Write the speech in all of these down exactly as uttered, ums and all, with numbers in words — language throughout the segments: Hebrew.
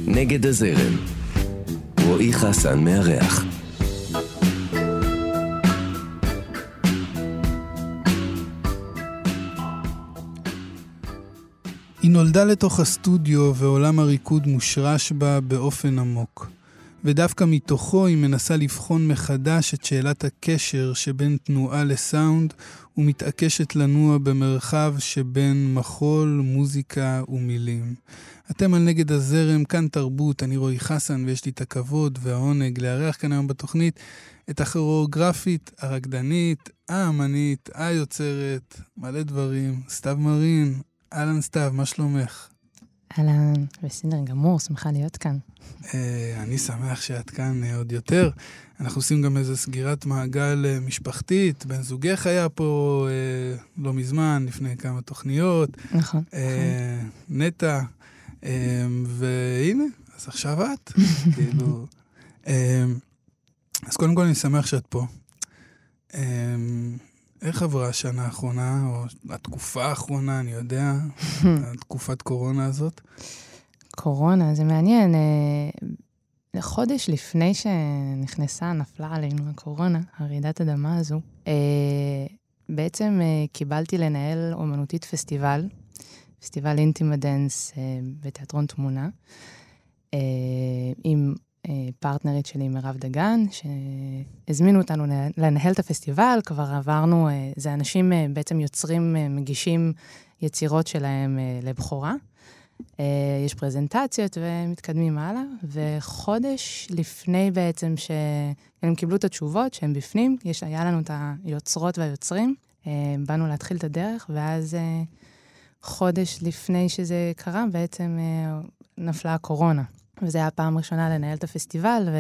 נגד הזרם. רועי חסן מארח. היא נולדה לתוך הסטודיו ועולם הריקוד מושרש בה באופן עמוק. ודווקא מתוכו היא מנסה לבחון מחדש את שאלת הקשר שבין תנועה לסאונד, ומתעקשת לנוע במרחב שבין מחול, מוזיקה ומילים. אתם על נגד הזרם, כאן תרבות, אני רועי חסן, ויש לי את הכבוד והעונג לארח כאן היום בתוכנית את הכוריאוגרפית, הרקדנית, האמנית, היוצרת, מלא דברים, סתיו מרין. אהלן סתיו, מה שלומך? אהלן, בסדר גמור, שמחה להיות כאן. אני שמח שאת כאן עוד יותר. אנחנו עושים גם איזו סגירת מעגל משפחתית. בן זוגך היה פה לא מזמן, לפני כמה תוכניות. נכון. נטע. והנה, אז עכשיו את. כאילו. אז קודם כל אני שמח שאת פה. איך עברה השנה האחרונה, או התקופה האחרונה, אני יודע, התקופת קורונה הזאת? קורונה, זה מעניין. חודש לפני שנכנסה, נפלה עלינו הקורונה, הרעידת אדמה הזו, בעצם קיבלתי לנהל אומנותית פסטיבל, פסטיבל אינטימה דנס בתיאטרון תמונה, עם פרטנרית שלי, מירב דגן, שהזמינו אותנו לנהל את הפסטיבל, כבר עברנו, זה אנשים בעצם יוצרים, מגישים יצירות שלהם לבחורה. יש פרזנטציות ומתקדמים הלאה, וחודש לפני בעצם שהם קיבלו את התשובות שהם בפנים, יש, היה לנו את היוצרות והיוצרים, באנו להתחיל את הדרך, ואז חודש לפני שזה קרה, בעצם נפלה הקורונה. וזו הייתה הפעם ראשונה לנהל את הפסטיבל,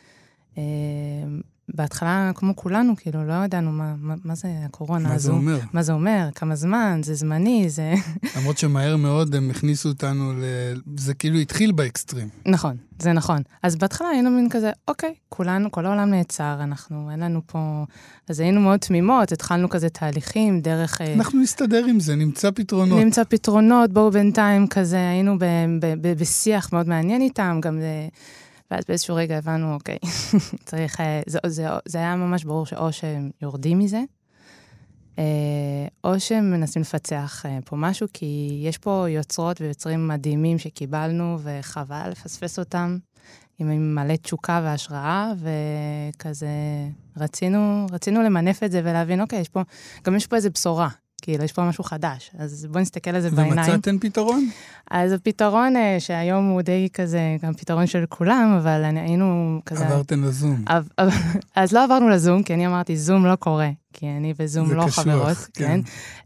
ובהתחלה, כמו כולנו, כאילו, לא ידענו מה, מה, מה זה הקורונה הזו. מה זה אומר? מה זה אומר, כמה זמן, זה זמני, זה... למרות שמהר מאוד הם הכניסו אותנו ל... זה כאילו התחיל באקסטרים. נכון, זה נכון. אז בהתחלה היינו מין כזה, אוקיי, כולנו, כל העולם נעצר, אנחנו, אין לנו פה... אז היינו מאוד תמימות, התחלנו כזה תהליכים, דרך... אנחנו נסתדר עם זה, נמצא פתרונות. נמצא פתרונות, בואו בינתיים כזה, היינו ב- ב- ב- בשיח מאוד מעניין איתם, גם זה... ואז באיזשהו רגע הבנו, אוקיי, צריך... זה, זה, זה היה ממש ברור שאו שהם יורדים מזה, או שהם מנסים לפצח פה משהו, כי יש פה יוצרות ויוצרים מדהימים שקיבלנו, וחבל לפספס אותם, עם מלא תשוקה והשראה, וכזה רצינו, רצינו למנף את זה ולהבין, אוקיי, יש פה, גם יש פה איזו בשורה, כאילו, יש פה משהו חדש, אז בואו נסתכל על זה בעיניים. ומצאתם פתרון? אז הפתרון שהיום הוא די כזה, גם פתרון של כולם, אבל היינו כזה... עברתם לזום. אז לא עברנו לזום, כי אני אמרתי, זום לא קורה, כי אני וזום לא חברות. כן.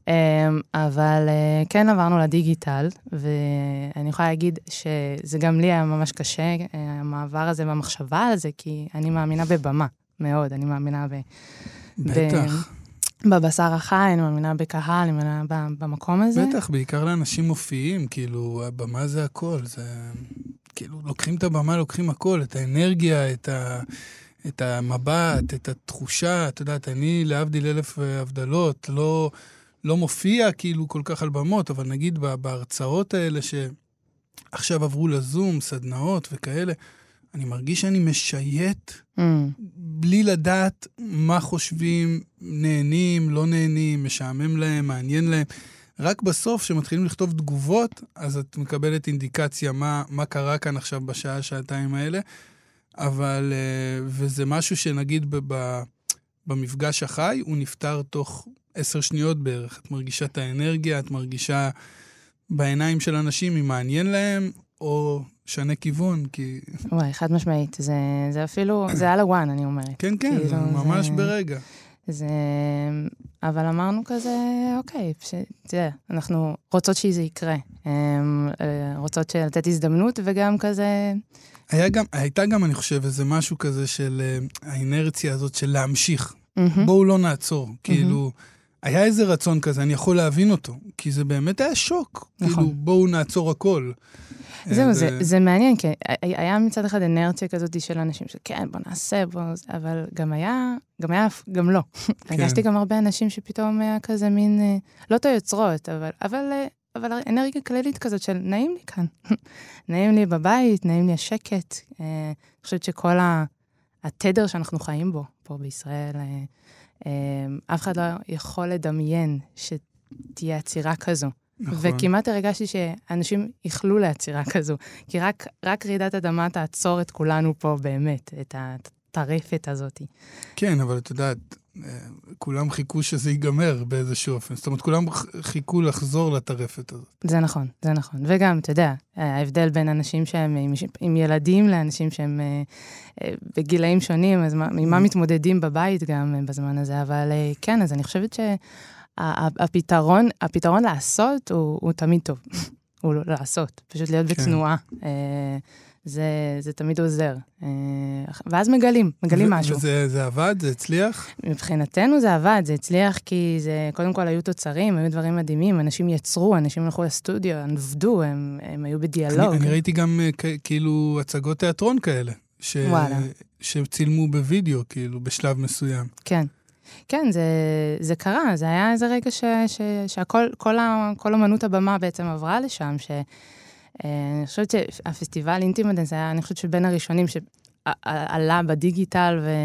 אבל כן עברנו לדיגיטל, ואני יכולה להגיד שזה גם לי היה ממש קשה, המעבר הזה והמחשבה על זה, כי אני מאמינה בבמה, מאוד, אני מאמינה ב... בטח. בבשר החי, אני מאמינה בקהל, אני מאמינה במקום הזה. בטח, בעיקר לאנשים מופיעים, כאילו, הבמה זה הכל, זה... כאילו, לוקחים את הבמה, לוקחים הכל, את האנרגיה, את, ה... את המבט, את התחושה, את יודעת, אני להבדיל אלף הבדלות, לא, לא מופיע כאילו כל כך על במות, אבל נגיד בהרצאות האלה שעכשיו עברו לזום, סדנאות וכאלה, אני מרגיש שאני משייט, mm. בלי לדעת מה חושבים, נהנים, לא נהנים, משעמם להם, מעניין להם. רק בסוף, שמתחילים לכתוב תגובות, אז את מקבלת אינדיקציה מה, מה קרה כאן עכשיו בשעה, שעתיים האלה. אבל, וזה משהו שנגיד ב, במפגש החי, הוא נפטר תוך עשר שניות בערך. את מרגישה את האנרגיה, את מרגישה בעיניים של אנשים, אם מעניין להם, או שנה כיוון, כי... וואי, חד משמעית. זה, זה אפילו, זה על הוואן, אני אומרת. כן, כן, כאילו, זה ממש זה, ברגע. זה... אבל אמרנו כזה, אוקיי, תראה, אנחנו רוצות שזה יקרה. רוצות לתת הזדמנות, וגם כזה... היה גם, הייתה גם, אני חושב, איזה משהו כזה של האינרציה הזאת של להמשיך. Mm-hmm. בואו לא נעצור. Mm-hmm. כאילו, היה איזה רצון כזה, אני יכול להבין אותו, כי זה באמת היה שוק. נכון. כאילו, בואו נעצור הכל. זהו, זה, זה מעניין, כי היה מצד אחד אנרציה כזאת של אנשים שכן, בוא נעשה, בוא, אבל גם היה, גם היה, גם לא. פגשתי גם הרבה אנשים שפתאום היה כזה מין, לא את היוצרות, אבל, אבל אבל אנרגיה כללית כזאת של נעים לי כאן. נעים לי בבית, נעים לי השקט. אני חושבת שכל התדר שאנחנו חיים בו, פה בישראל, אף אחד לא יכול לדמיין שתהיה עצירה כזו. נכון. וכמעט הרגשתי שאנשים יכלו לעצירה כזו, כי רק, רק רעידת אדמה תעצור את כולנו פה באמת, את הטרפת הזאת. כן, אבל את יודעת, כולם חיכו שזה ייגמר באיזשהו אופן. זאת אומרת, כולם חיכו לחזור לטרפת הזאת. זה נכון, זה נכון. וגם, אתה יודע, ההבדל בין אנשים שהם עם, עם ילדים לאנשים שהם בגילאים שונים, אז ממה מתמודדים בבית גם בזמן הזה, אבל כן, אז אני חושבת ש... הפתרון, הפתרון לעשות הוא, הוא תמיד טוב. הוא לא לעשות, פשוט להיות בתנועה. זה, זה תמיד עוזר. ואז מגלים, מגלים משהו. וזה זה עבד? זה הצליח? מבחינתנו זה עבד, זה הצליח כי זה, קודם כל היו תוצרים, היו דברים מדהימים, אנשים יצרו, אנשים הלכו לסטודיו, עבדו, הם, הם היו בדיאלוג. אני, אני ראיתי גם כאילו הצגות תיאטרון כאלה, ש, שצילמו בווידאו, כאילו, בשלב מסוים. כן. כן, זה, זה קרה, זה היה איזה רגע ש, ש, שהכל, כל, ה, כל אומנות הבמה בעצם עברה לשם, שאני חושבת שהפסטיבל אינטימדנס היה, אני חושבת שבין הראשונים שעלה בדיגיטל, ו,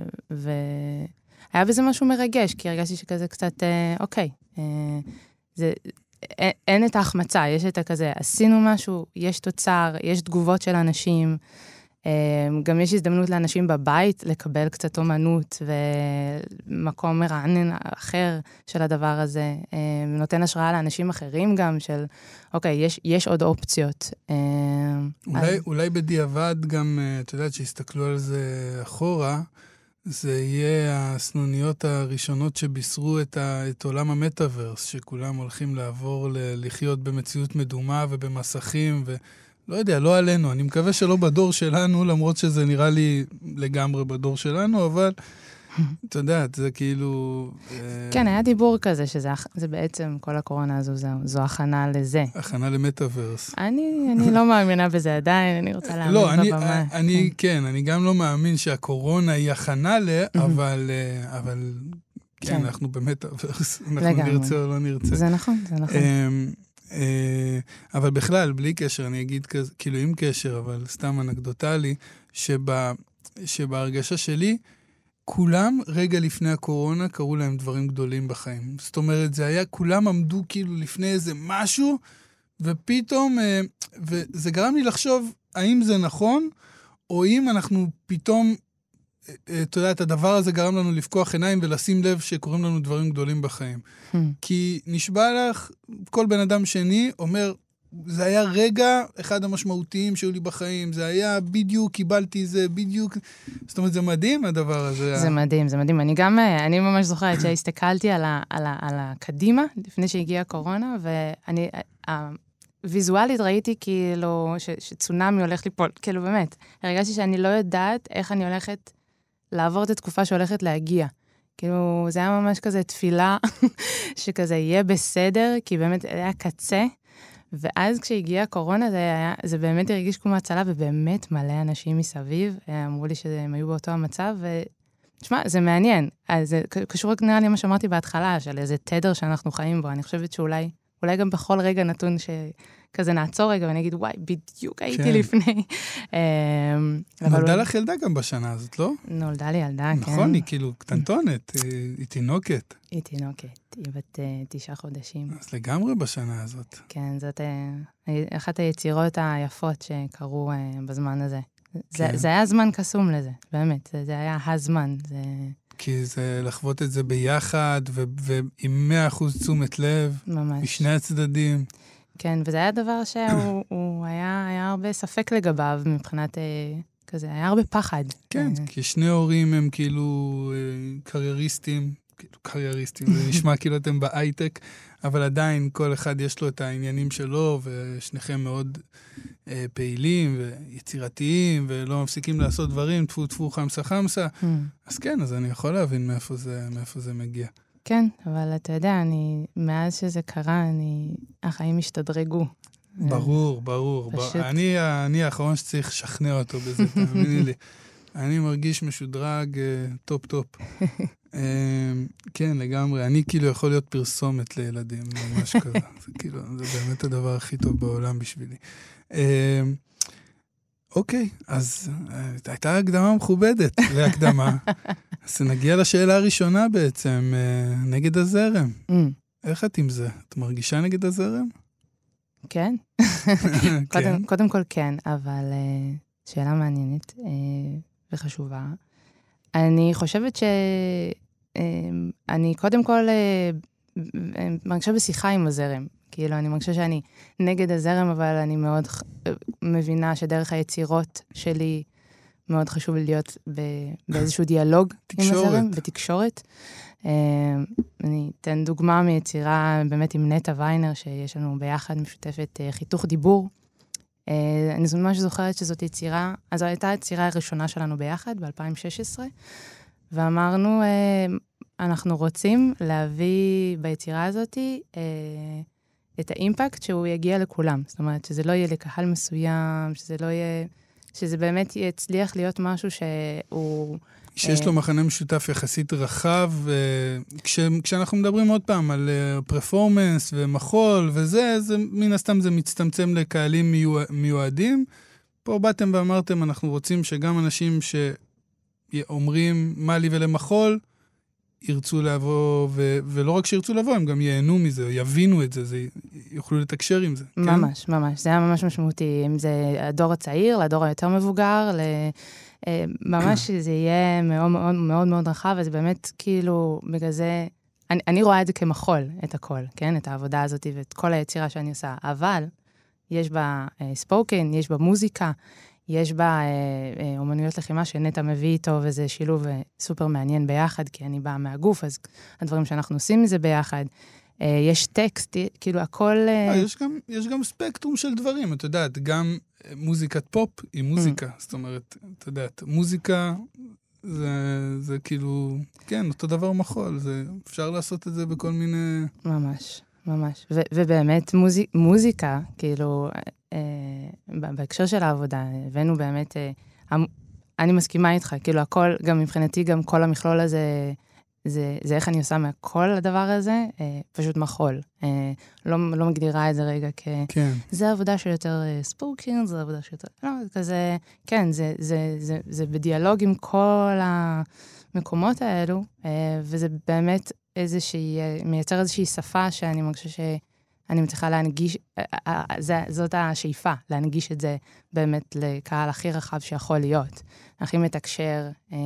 והיה בזה משהו מרגש, כי הרגשתי שכזה קצת, אוקיי, זה, אין את ההחמצה, יש את הכזה, עשינו משהו, יש תוצר, יש תגובות של אנשים, גם יש הזדמנות לאנשים בבית לקבל קצת אומנות ומקום מרענן אחר של הדבר הזה. נותן השראה לאנשים אחרים גם של, אוקיי, יש, יש עוד אופציות. אולי, אז... אולי בדיעבד גם, את יודעת, שהסתכלו על זה אחורה, זה יהיה הסנוניות הראשונות שבישרו את, ה, את עולם המטאברס, שכולם הולכים לעבור ל, לחיות במציאות מדומה ובמסכים ו... לא יודע, לא עלינו. אני מקווה שלא בדור שלנו, למרות שזה נראה לי לגמרי בדור שלנו, אבל אתה יודע, זה כאילו... כן, היה דיבור כזה, שזה זה בעצם, כל הקורונה הזו, זו, זו הכנה לזה. הכנה למטאברס. אני, אני לא מאמינה בזה עדיין, אני רוצה להאמין לא, אני, בבמה. אני, כן, אני גם לא מאמין שהקורונה היא הכנה ל, אבל, אבל כן, אנחנו במטאברס, אנחנו נרצה או לא נרצה. זה נכון, זה נכון. אבל בכלל, בלי קשר, אני אגיד כזה, כאילו עם קשר, אבל סתם אנקדוטלי, שבה, שבהרגשה שלי, כולם רגע לפני הקורונה קראו להם דברים גדולים בחיים. זאת אומרת, זה היה, כולם עמדו כאילו לפני איזה משהו, ופתאום, וזה גרם לי לחשוב, האם זה נכון, או אם אנחנו פתאום, אתה יודע, את הדבר הזה גרם לנו לפקוח עיניים ולשים לב שקוראים לנו דברים גדולים בחיים. Hmm. כי נשבע לך, כל בן אדם שני אומר, זה היה רגע אחד המשמעותיים שהיו לי בחיים, זה היה בדיוק, קיבלתי זה, בדיוק, זאת אומרת, זה מדהים הדבר הזה. זה מדהים, זה מדהים. אני גם, אני ממש זוכרת שהסתכלתי על, ה, על, ה, על הקדימה, לפני שהגיעה הקורונה, ואני, ויזואלית ראיתי כאילו, ש, שצונמי הולך ליפול, כאילו באמת, הרגשתי שאני לא יודעת איך אני הולכת לעבור את התקופה שהולכת להגיע. כאילו, זה היה ממש כזה תפילה, שכזה יהיה בסדר, כי באמת היה קצה, ואז כשהגיעה הקורונה, זה, היה, זה באמת הרגיש כמו הצלה, ובאמת מלא אנשים מסביב, אמרו לי שהם היו באותו המצב, ותשמע, זה מעניין. אז זה קשור רק נראה לי מה שאמרתי בהתחלה, של איזה תדר שאנחנו חיים בו. אני חושבת שאולי, אולי גם בכל רגע נתון שכזה נעצור רגע, ואני אגיד, וואי, בדיוק הייתי לפני. נולדה לך ילדה גם בשנה הזאת, לא? נולדה לי ילדה, כן. נכון, היא כאילו קטנטונת, היא תינוקת. היא תינוקת, היא בת תשעה חודשים. אז לגמרי בשנה הזאת. כן, זאת אחת היצירות היפות שקרו בזמן הזה. זה היה זמן קסום לזה, באמת, זה היה הזמן. כי זה לחוות את זה ביחד, ועם מאה אחוז תשומת לב, ממש. משני הצדדים. כן, וזה היה דבר שהוא היה, היה הרבה ספק לגביו, מבחינת כזה, היה הרבה פחד. כן, כי שני הורים הם כאילו קרייריסטים, כאילו קרייריסטים, זה נשמע כאילו אתם בהייטק, אבל עדיין כל אחד יש לו את העניינים שלו, ושניכם מאוד אה, פעילים ויצירתיים, ולא מפסיקים לעשות דברים, תפו תפו חמסה חמסה. Mm. אז כן, אז אני יכול להבין מאיפה זה, מאיפה זה מגיע. כן, אבל אתה יודע, אני, מאז שזה קרה, אני, החיים השתדרגו. ברור, ברור. פשוט... בר... אני, אני האחרון שצריך לשכנע אותו בזה, תאמיני לי. אני מרגיש משודרג טופ טופ. כן, לגמרי. אני כאילו יכול להיות פרסומת לילדים, ממש כזה. זה כאילו, זה באמת הדבר הכי טוב בעולם בשבילי. אוקיי, אז הייתה הקדמה מכובדת להקדמה. אז נגיע לשאלה הראשונה בעצם, נגד הזרם. איך את עם זה? את מרגישה נגד הזרם? כן. קודם כל כן, אבל שאלה מעניינת וחשובה. אני חושבת שאני קודם כל מרגישה בשיחה עם הזרם. כאילו, אני מרגישה שאני נגד הזרם, אבל אני מאוד מבינה שדרך היצירות שלי מאוד חשוב להיות באיזשהו דיאלוג עם הזרם, בתקשורת. אני אתן דוגמה מיצירה באמת עם נטע ויינר, שיש לנו ביחד משותפת חיתוך דיבור. אני ממש זוכרת שזאת יצירה, אז זו הייתה היצירה הראשונה שלנו ביחד, ב-אלפיים ושש עשרה, ואמרנו, אנחנו רוצים להביא ביצירה הזאת את האימפקט שהוא יגיע לכולם. זאת אומרת, שזה לא יהיה לקהל מסוים, שזה לא יהיה, שזה באמת יצליח להיות משהו שהוא... שיש לו מחנה משותף יחסית רחב, כש, כשאנחנו מדברים עוד פעם על פרפורמנס ומחול וזה, זה, מן הסתם זה מצטמצם לקהלים מיועדים. פה באתם ואמרתם, אנחנו רוצים שגם אנשים שאומרים מה לי ולמחול, ירצו לבוא, ו- ולא רק שירצו לבוא, הם גם ייהנו מזה, יבינו את זה, זה יוכלו לתקשר עם זה. ממש, כן? ממש. זה היה ממש משמעותי. אם זה הדור הצעיר, לדור היותר מבוגר, ל... ממש זה יהיה מאוד מאוד מאוד מאוד רחב, וזה באמת כאילו, בגלל זה, אני, אני רואה את זה כמחול, את הכל, כן? את העבודה הזאת ואת כל היצירה שאני עושה. אבל יש בה ספוקן, יש בה מוזיקה, יש בה אומנויות לחימה שנטע מביא איתו, וזה שילוב סופר מעניין ביחד, כי אני באה מהגוף, אז הדברים שאנחנו עושים מזה ביחד. יש טקסט, כאילו הכל... יש גם, יש גם ספקטרום של דברים, את יודעת, גם מוזיקת פופ היא מוזיקה, זאת אומרת, את יודעת, מוזיקה זה, זה כאילו, כן, אותו דבר מחול, זה, אפשר לעשות את זה בכל מיני... ממש, ממש. ו- ובאמת מוזיק, מוזיקה, כאילו, אה, בהקשר של העבודה, הבאנו באמת, אה, אני מסכימה איתך, כאילו הכל, גם מבחינתי, גם כל המכלול הזה, זה, זה איך אני עושה מהכל הדבר הזה, אה, פשוט מחול. אה, לא, לא מגדירה את זה רגע כ... כן. זה עבודה שיותר אה, ספוקינג, זה עבודה שיותר... לא, כזה, כן, זה, זה, זה, זה בדיאלוג עם כל המקומות האלו, אה, וזה באמת איזושהי, מייצר איזושהי שפה שאני מרגישה שאני מצליחה להנגיש, אה, אה, זה, זאת השאיפה, להנגיש את זה באמת לקהל הכי רחב שיכול להיות. הכי מתקשר, אה,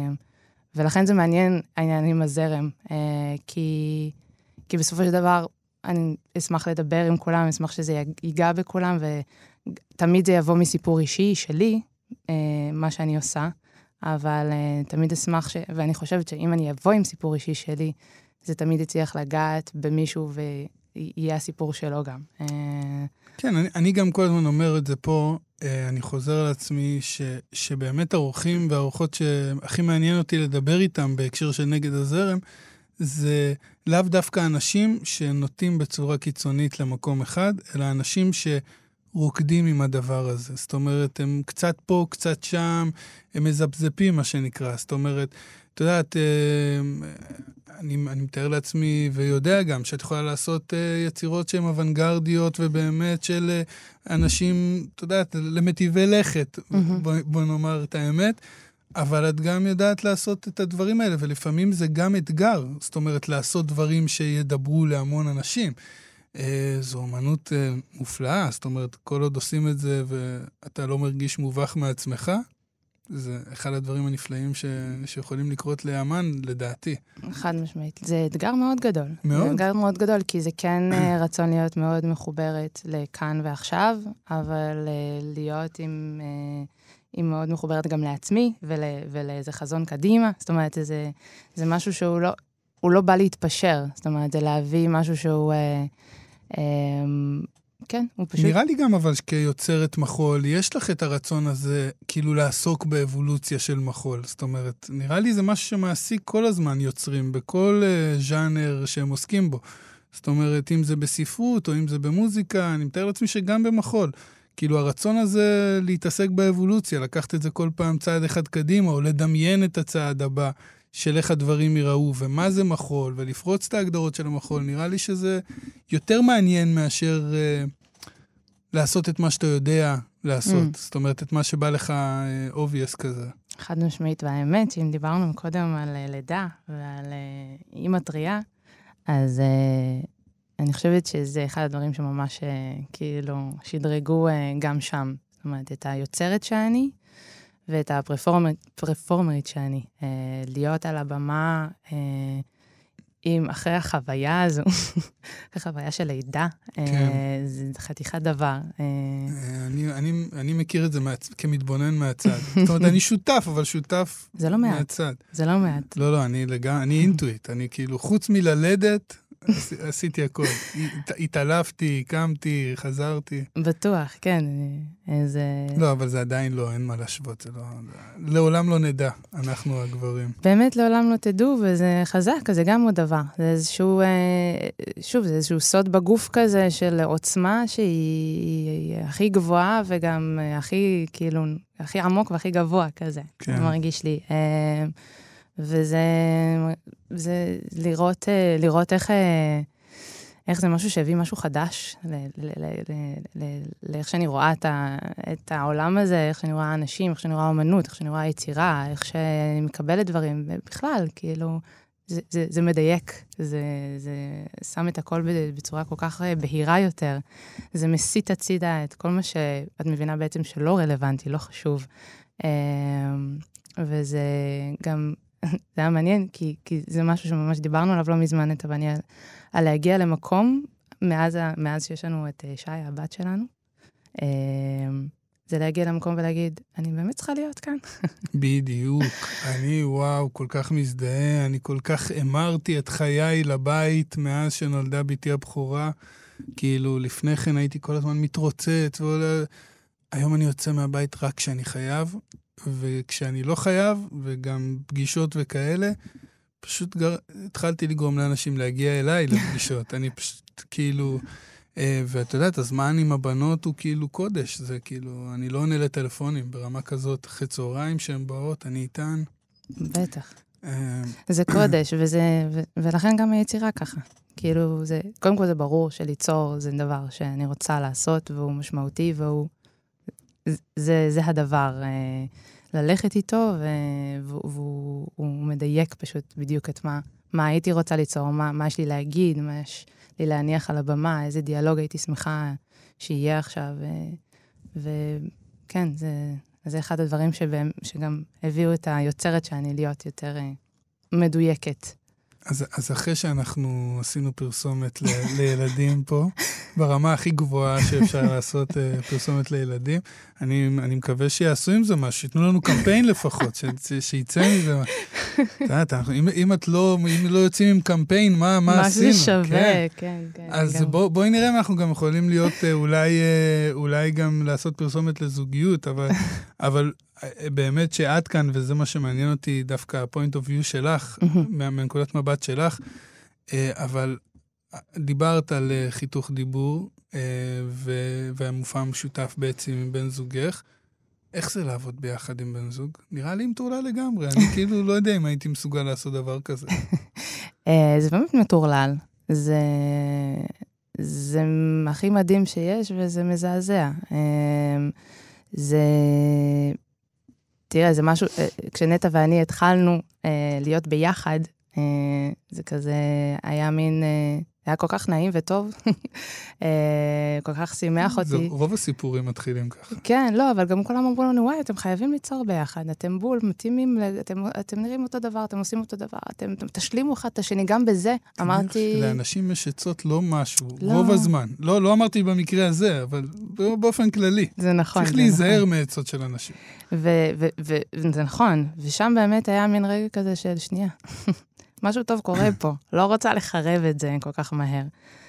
ולכן זה מעניין העניין עם הזרם, אה, כי, כי בסופו של דבר אני אשמח לדבר עם כולם, אשמח שזה ייגע בכולם, ותמיד זה יבוא מסיפור אישי שלי, אה, מה שאני עושה, אבל אה, תמיד אשמח, ש... ואני חושבת שאם אני אבוא עם סיפור אישי שלי, זה תמיד יצליח לגעת במישהו ויהיה הסיפור שלו גם. אה... כן, אני, אני גם כל הזמן אומר את זה פה, אני חוזר על עצמי ש, שבאמת האורחים והאורחות שהכי מעניין אותי לדבר איתם בהקשר של נגד הזרם, זה לאו דווקא אנשים שנוטים בצורה קיצונית למקום אחד, אלא אנשים שרוקדים עם הדבר הזה. זאת אומרת, הם קצת פה, קצת שם, הם מזפזפים, מה שנקרא. זאת אומרת, את יודעת, אני, אני מתאר לעצמי ויודע גם שאת יכולה לעשות יצירות שהן אוונגרדיות ובאמת של אנשים, את יודעת, למטיבי לכת, mm-hmm. בוא, בוא נאמר את האמת, אבל את גם יודעת לעשות את הדברים האלה, ולפעמים זה גם אתגר, זאת אומרת, לעשות דברים שידברו להמון אנשים. זו אומנות מופלאה, זאת אומרת, כל עוד עושים את זה ואתה לא מרגיש מובך מעצמך, זה אחד הדברים הנפלאים ש... שיכולים לקרות לאמן, לדעתי. חד משמעית. זה אתגר מאוד גדול. מאוד? זה אתגר מאוד גדול, כי זה כן רצון להיות מאוד מחוברת לכאן ועכשיו, אבל להיות עם, עם מאוד מחוברת גם לעצמי, ול, ולאיזה חזון קדימה. זאת אומרת, זה, זה משהו שהוא לא, הוא לא בא להתפשר. זאת אומרת, זה להביא משהו שהוא... כן, הוא פשוט... נראה לי גם אבל כיוצרת מחול, יש לך את הרצון הזה כאילו לעסוק באבולוציה של מחול. זאת אומרת, נראה לי זה משהו שמעסיק כל הזמן יוצרים, בכל uh, ז'אנר שהם עוסקים בו. זאת אומרת, אם זה בספרות או אם זה במוזיקה, אני מתאר לעצמי שגם במחול. כאילו הרצון הזה להתעסק באבולוציה, לקחת את זה כל פעם צעד אחד קדימה, או לדמיין את הצעד הבא של איך הדברים ייראו, ומה זה מחול, ולפרוץ את ההגדרות של המחול, נראה לי שזה יותר מעניין מאשר uh, לעשות את מה שאתה יודע לעשות. Mm. זאת אומרת, את מה שבא לך uh, obvious כזה. חד משמעית, והאמת, שאם דיברנו קודם על uh, לידה ועל uh, אימא טריה, אז uh, אני חושבת שזה אחד הדברים שממש uh, כאילו שדרגו uh, גם שם. זאת אומרת, את היוצרת שאני, ואת הפרפורמרית שאני. Uh, להיות על הבמה uh, עם אחרי החוויה הזו, אחרי חוויה של לידה, כן. uh, זה חתיכת דבר. Uh, אני, אני, אני מכיר את זה מהצ... כמתבונן מהצד. זאת אומרת, אני שותף, אבל שותף זה לא מעט. מהצד. זה לא מעט. לא, לא, אני לגמרי, אני אינטואיט. אני כאילו, חוץ מללדת, עשיתי הכל. התעלפתי, קמתי, חזרתי. בטוח, כן. זה... לא, אבל זה עדיין לא, אין מה להשוות. זה לא... לעולם לא נדע, אנחנו הגברים. באמת לעולם לא תדעו, וזה חזק, זה גם עוד דבר. זה איזשהו, שוב, זה איזשהו סוד בגוף כזה של עוצמה שהיא הכי גבוהה, וגם הכי, כאילו, הכי עמוק והכי גבוה כזה. כן. זה מרגיש לי. וזה זה לראות, לראות איך, איך זה משהו שהביא משהו חדש, לאיך שאני רואה את, ה, את העולם הזה, איך שאני רואה אנשים, איך שאני רואה אומנות, איך שאני רואה יצירה, איך שאני מקבלת דברים, ובכלל, כאילו, זה, זה, זה מדייק, זה, זה שם את הכל בצורה כל כך בהירה יותר, זה מסית הצידה את כל מה שאת מבינה בעצם שלא רלוונטי, לא חשוב, וזה גם... זה היה מעניין, כי, כי זה משהו שממש דיברנו עליו לא מזמן, את הבני, על, על להגיע למקום, מאז, מאז שיש לנו את שי, הבת שלנו, זה להגיע למקום ולהגיד, אני באמת צריכה להיות כאן. בדיוק. אני, וואו, כל כך מזדהה, אני כל כך אמרתי את חיי לבית מאז שנולדה ביתי הבכורה, כאילו, לפני כן הייתי כל הזמן מתרוצץ, ועולה... היום אני יוצא מהבית רק כשאני חייב, וכשאני לא חייב, וגם פגישות וכאלה, פשוט גר... התחלתי לגרום לאנשים להגיע אליי לפגישות. אני פשוט כאילו... אה, ואת יודעת, הזמן עם הבנות הוא כאילו קודש. זה כאילו, אני לא עונה לטלפונים ברמה כזאת, אחרי צהריים שהן באות, אני איתן. בטח. אה... זה קודש, וזה... ו... ולכן גם היצירה ככה. כאילו, זה... קודם כל זה ברור שליצור זה דבר שאני רוצה לעשות, והוא משמעותי, והוא... זה, זה הדבר, אה, ללכת איתו, והוא, והוא מדייק פשוט בדיוק את מה, מה הייתי רוצה ליצור, מה, מה יש לי להגיד, מה יש לי להניח על הבמה, איזה דיאלוג הייתי שמחה שיהיה עכשיו, וכן, זה, זה אחד הדברים שבהם, שגם הביאו את היוצרת שאני להיות יותר אה, מדויקת. אז, אז אחרי שאנחנו עשינו פרסומת ל, לילדים פה, ברמה הכי גבוהה שאפשר לעשות uh, פרסומת לילדים, אני, אני מקווה שיעשו עם זה משהו, שיתנו לנו קמפיין לפחות, ש, ש, שיצא מזה. אם, אם את לא, אם לא יוצאים עם קמפיין, מה, מה עשינו? מה זה שווה, כן, כן. כן אז בוא, בואי נראה אם אנחנו גם יכולים להיות, אולי, אולי גם לעשות פרסומת לזוגיות, אבל, אבל באמת שעד כאן, וזה מה שמעניין אותי, דווקא ה-point of view שלך, מהנקודת מבט שלך, אבל דיברת על חיתוך דיבור, והמופע המשותף בעצם עם בן זוגך. איך זה לעבוד ביחד עם בן זוג? נראה לי מטורלל לגמרי. אני כאילו לא יודע אם הייתי מסוגל לעשות דבר כזה. זה באמת מטורלל. זה... זה הכי מדהים שיש, וזה מזעזע. זה... תראה, זה משהו... כשנטע ואני התחלנו להיות ביחד, זה כזה היה מין... היה כל כך נעים וטוב, כל כך שימח אותי. רוב הסיפורים מתחילים ככה. כן, לא, אבל גם כולם אמרו לנו, וואי, אתם חייבים ליצור ביחד, אתם בול, מתאימים, אתם, אתם נראים אותו דבר, אתם עושים אותו דבר, אתם, אתם תשלימו אחד את השני, גם בזה, אמרתי... לאנשים יש עצות לא משהו, לא. רוב הזמן. לא, לא אמרתי במקרה הזה, אבל באופן כללי. זה נכון. צריך להיזהר נכון. מעצות של אנשים. וזה נכון, ושם באמת היה מין רגע כזה של שנייה. משהו טוב קורה פה, לא רוצה לחרב את זה כל כך מהר.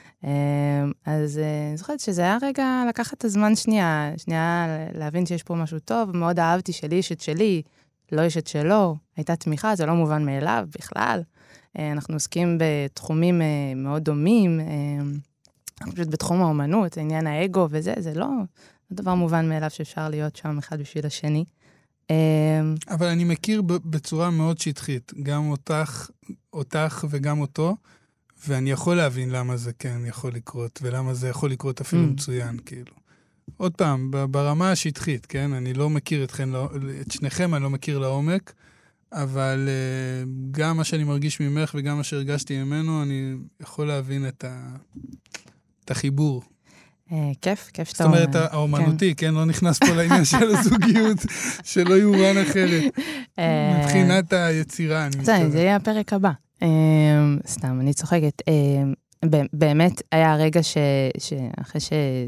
אז אני זוכרת שזה היה רגע לקחת את הזמן שנייה, שנייה להבין שיש פה משהו טוב, מאוד אהבתי שלי יש את שלי, לא יש את שלו, הייתה תמיכה, זה לא מובן מאליו בכלל. אנחנו עוסקים בתחומים מאוד דומים, פשוט בתחום האומנות, עניין האגו וזה, זה לא, דבר מובן מאליו שאפשר להיות שם אחד בשביל השני. אבל אני מכיר בצורה מאוד שטחית, גם אותך, אותך וגם אותו, ואני יכול להבין למה זה כן יכול לקרות, ולמה זה יכול לקרות אפילו מצוין, כאילו. עוד פעם, ברמה השטחית, כן? אני לא מכיר אתכם, את שניכם אני לא מכיר לעומק, אבל גם מה שאני מרגיש ממך וגם מה שהרגשתי ממנו, אני יכול להבין את, ה... את החיבור. כיף, כיף שאתה אומר. זאת אומרת, האומנותי, כן? לא נכנס פה לעניין של הזוגיות, שלא יורן אחרת. מבחינת היצירה, אני מתכוון. זה יהיה הפרק הבא. סתם, אני צוחקת. באמת היה הרגע שאחרי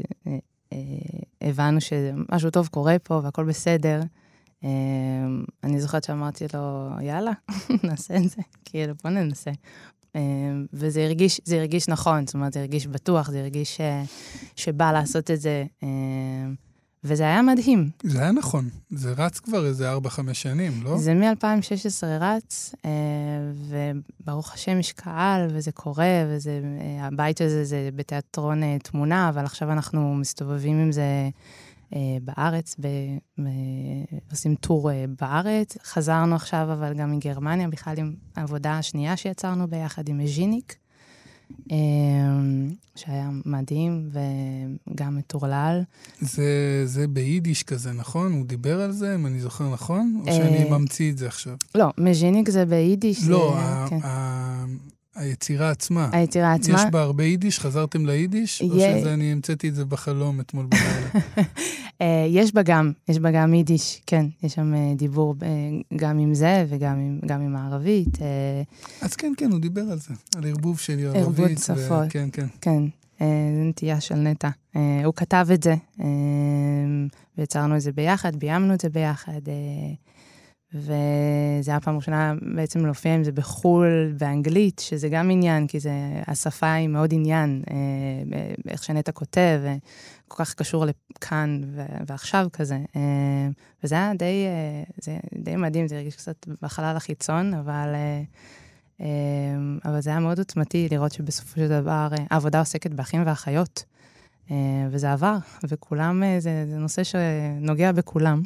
שהבנו שמשהו טוב קורה פה והכל בסדר, אני זוכרת שאמרתי לו, יאללה, נעשה את זה. כאילו, בוא ננסה. וזה הרגיש, זה הרגיש נכון, זאת אומרת, זה הרגיש בטוח, זה הרגיש שבא לעשות את זה, וזה היה מדהים. זה היה נכון, זה רץ כבר איזה ארבע חמש שנים, לא? זה מ-אלפיים ושש עשרה רץ, וברוך השם יש קהל, וזה קורה, וזה, הבית הזה זה בתיאטרון תמונה, אבל עכשיו אנחנו מסתובבים עם זה בארץ, עושים טור בארץ, חזרנו עכשיו אבל גם מגרמניה, בכלל עם העבודה השנייה שיצרנו ביחד עם מז'יניק, שהיה מדהים, וגם מטורלל. זה, זה ביידיש כזה, נכון? הוא דיבר על זה, אם אני זוכר נכון? או שאני ממציא את זה עכשיו? לא, מז'יניק זה ביידיש. לא, ה... ה... היצירה עצמה. היצירה עצמה. יש בה הרבה יידיש? חזרתם ליידיש? או שזה אני המצאתי את זה בחלום אתמול בלילה? יש בה גם, יש בה גם יידיש, כן. יש שם דיבור גם עם זה וגם עם, גם עם הערבית. אז כן, כן, הוא דיבר על זה. על ערבוב שלי ערבית. ערבות שפות. כן, כן. כן, זה נטייה של נטע. הוא כתב את זה, ויצרנו את זה ביחד, ביימנו את זה ביחד. וזה היה פעם ראשונה בעצם להופיע עם זה בחול, באנגלית, שזה גם עניין, כי זה, השפה היא מאוד עניין, אה, איך שנטע כותב, כל כך קשור לכאן ועכשיו כזה. אה, וזה היה די, אה, זה די מדהים, זה הרגיש קצת בחלל החיצון, אבל, אה, אה, אבל זה היה מאוד עוצמתי לראות שבסופו של דבר, אה, העבודה עוסקת באחים ואחיות, אה, וזה עבר, וכולם, אה, זה, זה נושא שנוגע בכולם.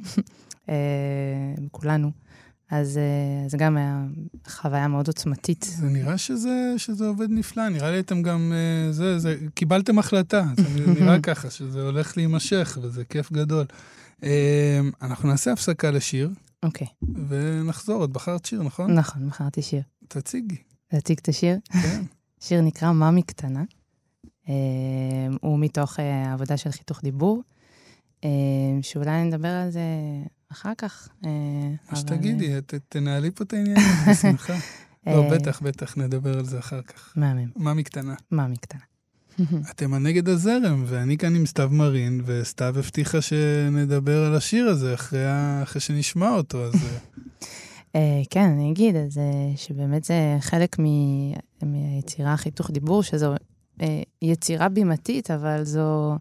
בכולנו. אז זה גם היה חוויה מאוד עוצמתית. זה נראה שזה, שזה עובד נפלא, נראה לי אתם גם, זה, זה, קיבלתם החלטה, זה נראה ככה, שזה הולך להימשך, וזה כיף גדול. אנחנו נעשה הפסקה לשיר. אוקיי. ונחזור, את בחרת שיר, נכון? נכון, בחרתי שיר. תציגי. תציג את השיר? כן. שיר נקרא ממי קטנה. הוא מתוך העבודה של חיתוך דיבור, שאולי נדבר על זה אחר כך. מה שתגידי, תנהלי פה את העניין, בשמחה. לא, בטח, בטח, נדבר על זה אחר כך. מהמם. ממי קטנה. ממי קטנה. אתם הנגד הזרם, ואני כאן עם סתיו מרין, וסתיו הבטיחה שנדבר על השיר הזה, אחרי שנשמע אותו, אז... כן, אני אגיד, שבאמת זה חלק מיצירה חיתוך דיבור, שזו יצירה בימתית, אבל זו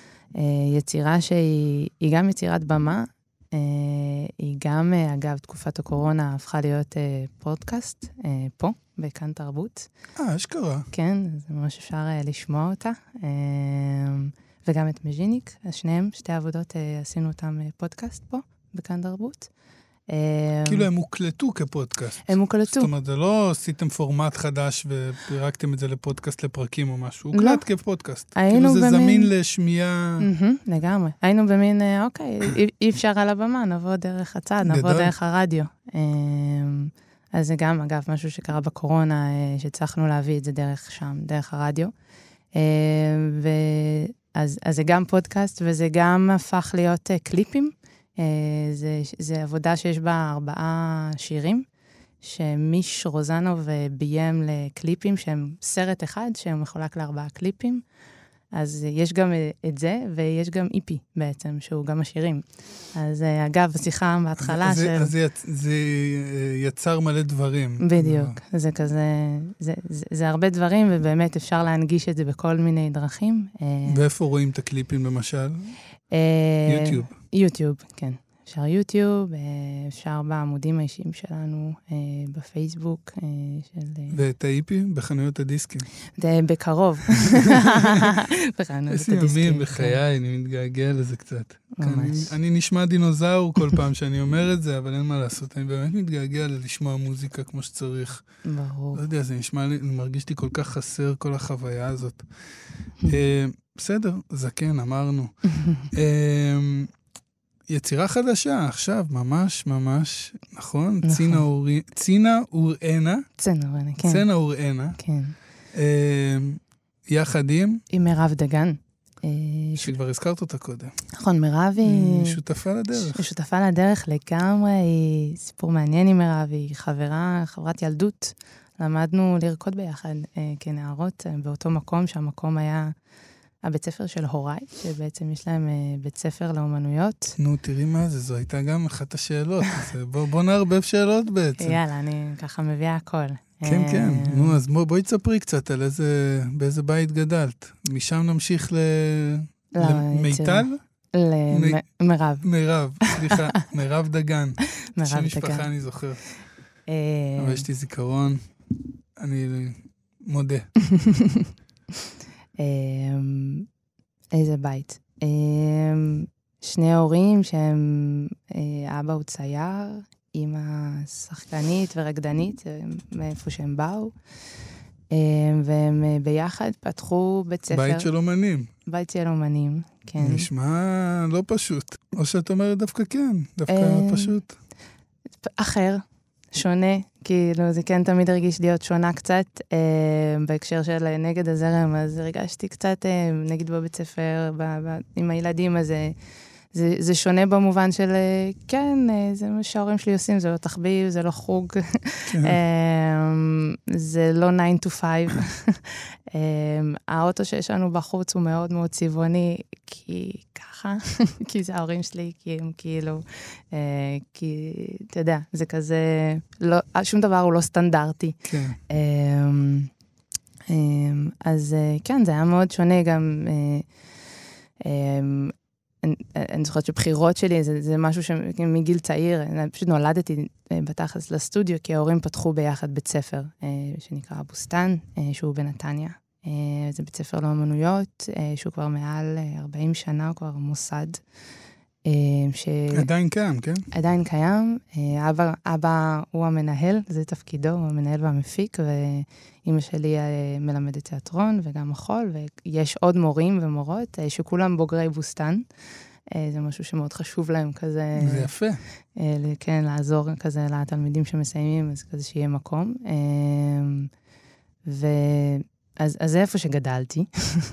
יצירה שהיא גם יצירת במה, היא גם, אגב, תקופת הקורונה הפכה להיות פודקאסט פה, בכאן תרבות. אה, אשכרה. כן, אז ממש אפשר לשמוע אותה. וגם את מז'יניק, שניהם, שתי עבודות, עשינו אותם פודקאסט פה, בכאן תרבות. כאילו הם הוקלטו כפודקאסט. הם הוקלטו. זאת אומרת, זה לא עשיתם פורמט חדש ופירקתם את זה לפודקאסט לפרקים או משהו. הוקלט כפודקאסט. כאילו זה זמין לשמיעה... לגמרי. היינו במין, אוקיי, אי אפשר על הבמה, נבוא דרך הצד, נבוא דרך הרדיו. אז זה גם, אגב, משהו שקרה בקורונה, שצריכנו להביא את זה דרך שם, דרך הרדיו. אז זה גם פודקאסט, וזה גם הפך להיות קליפים. זה, זה עבודה שיש בה ארבעה שירים, שמיש רוזנוב ביים לקליפים, שהם סרט אחד, שהם מחולק לארבעה קליפים. אז יש גם את זה, ויש גם איפי בעצם, שהוא גם השירים. אז אגב, בשיחה בהתחלה זה, של... אז זה, זה יצר מלא דברים. בדיוק, זה כזה, זה, זה, זה הרבה דברים, ובאמת אפשר להנגיש את זה בכל מיני דרכים. ואיפה רואים את הקליפים למשל? יוטיוב. יוטיוב, כן. אפשר יוטיוב, אפשר בעמודים האישיים שלנו, בפייסבוק של... ואת האיפי בחנויות הדיסקים. בקרוב. בחנויות הדיסקים. איזה ימים בחיי, אני מתגעגע לזה קצת. ממש. אני נשמע דינוזאור כל פעם שאני אומר את זה, אבל אין מה לעשות. אני באמת מתגעגע לשמוע מוזיקה כמו שצריך. ברור. לא יודע, זה נשמע לי, מרגיש לי כל כך חסר כל החוויה הזאת. בסדר, זקן, אמרנו. יצירה חדשה, עכשיו, ממש, ממש, נכון? נכון. צינה אורי... צינה אוראנה. צינה אוראנה, כן. צינה אוראנה. כן. אה, יחד עם... עם מירב דגן. שכבר הזכרת אותה קודם. נכון, מירב היא... שותפה לדרך. היא שותפה לדרך לגמרי, היא סיפור מעניין עם מירב, היא חברה, חברת ילדות. למדנו לרקוד ביחד אה, כנערות אה, באותו מקום, שהמקום היה... הבית ספר של הוריי, שבעצם יש להם בית ספר לאומנויות. נו, תראי מה זה, זו הייתה גם אחת השאלות. בוא, בוא נערבב שאלות בעצם. יאללה, אני ככה מביאה הכל. כן, כן. נו, אז בוא, בואי תספרי קצת על איזה, באיזה בית גדלת. משם נמשיך ל... למיטל? למירב. מירב, סליחה, מירב דגן. מירב שם משפחה אני זוכר. אבל יש לי זיכרון, אני מודה. איזה בית. שני הורים שהם, אבא הוא צייר, אמא שחקנית ורקדנית, מאיפה שהם באו, והם ביחד פתחו בית ספר. בית של אומנים. בית של אומנים, כן. נשמע לא פשוט. או שאת אומרת דווקא כן, דווקא פשוט. אחר. שונה, כאילו זה כן תמיד הרגיש להיות שונה קצת, אה, בהקשר של נגד הזרם, אז הרגשתי קצת, אה, נגיד בבית ספר, ב, ב, עם הילדים, אז זה, זה, זה שונה במובן של, אה, כן, אה, זה מה שההורים שלי עושים, זה לא תחביב, זה לא חוג, כן. אה, זה לא nine to five. אה, האוטו שיש לנו בחוץ הוא מאוד מאוד צבעוני, כי ככה, כי זה ההורים שלי, כי הם כאילו, אה, כי, אתה יודע, זה כזה, לא, שום דבר הוא לא סטנדרטי. כן. אה, אה, אז אה, כן, זה היה מאוד שונה גם, אה, אה, אני, אני זוכרת שבחירות שלי, זה, זה משהו שמגיל צעיר, אני פשוט נולדתי בתחס לסטודיו, כי ההורים פתחו ביחד בית ספר, אה, שנקרא הבוסטן, אה, שהוא בנתניה. זה בית ספר לאמנויות, שהוא כבר מעל ארבעים שנה, הוא כבר מוסד. ש... עדיין קיים, כן? עדיין קיים. אבא, אבא הוא המנהל, זה תפקידו, הוא המנהל והמפיק, ואמא שלי מלמדת תיאטרון וגם מחול, ויש עוד מורים ומורות שכולם בוגרי בוסטן. זה משהו שמאוד חשוב להם כזה... זה יפה. כן, לעזור כזה לתלמידים שמסיימים, אז כזה שיהיה מקום. ו... אז, אז זה איפה שגדלתי,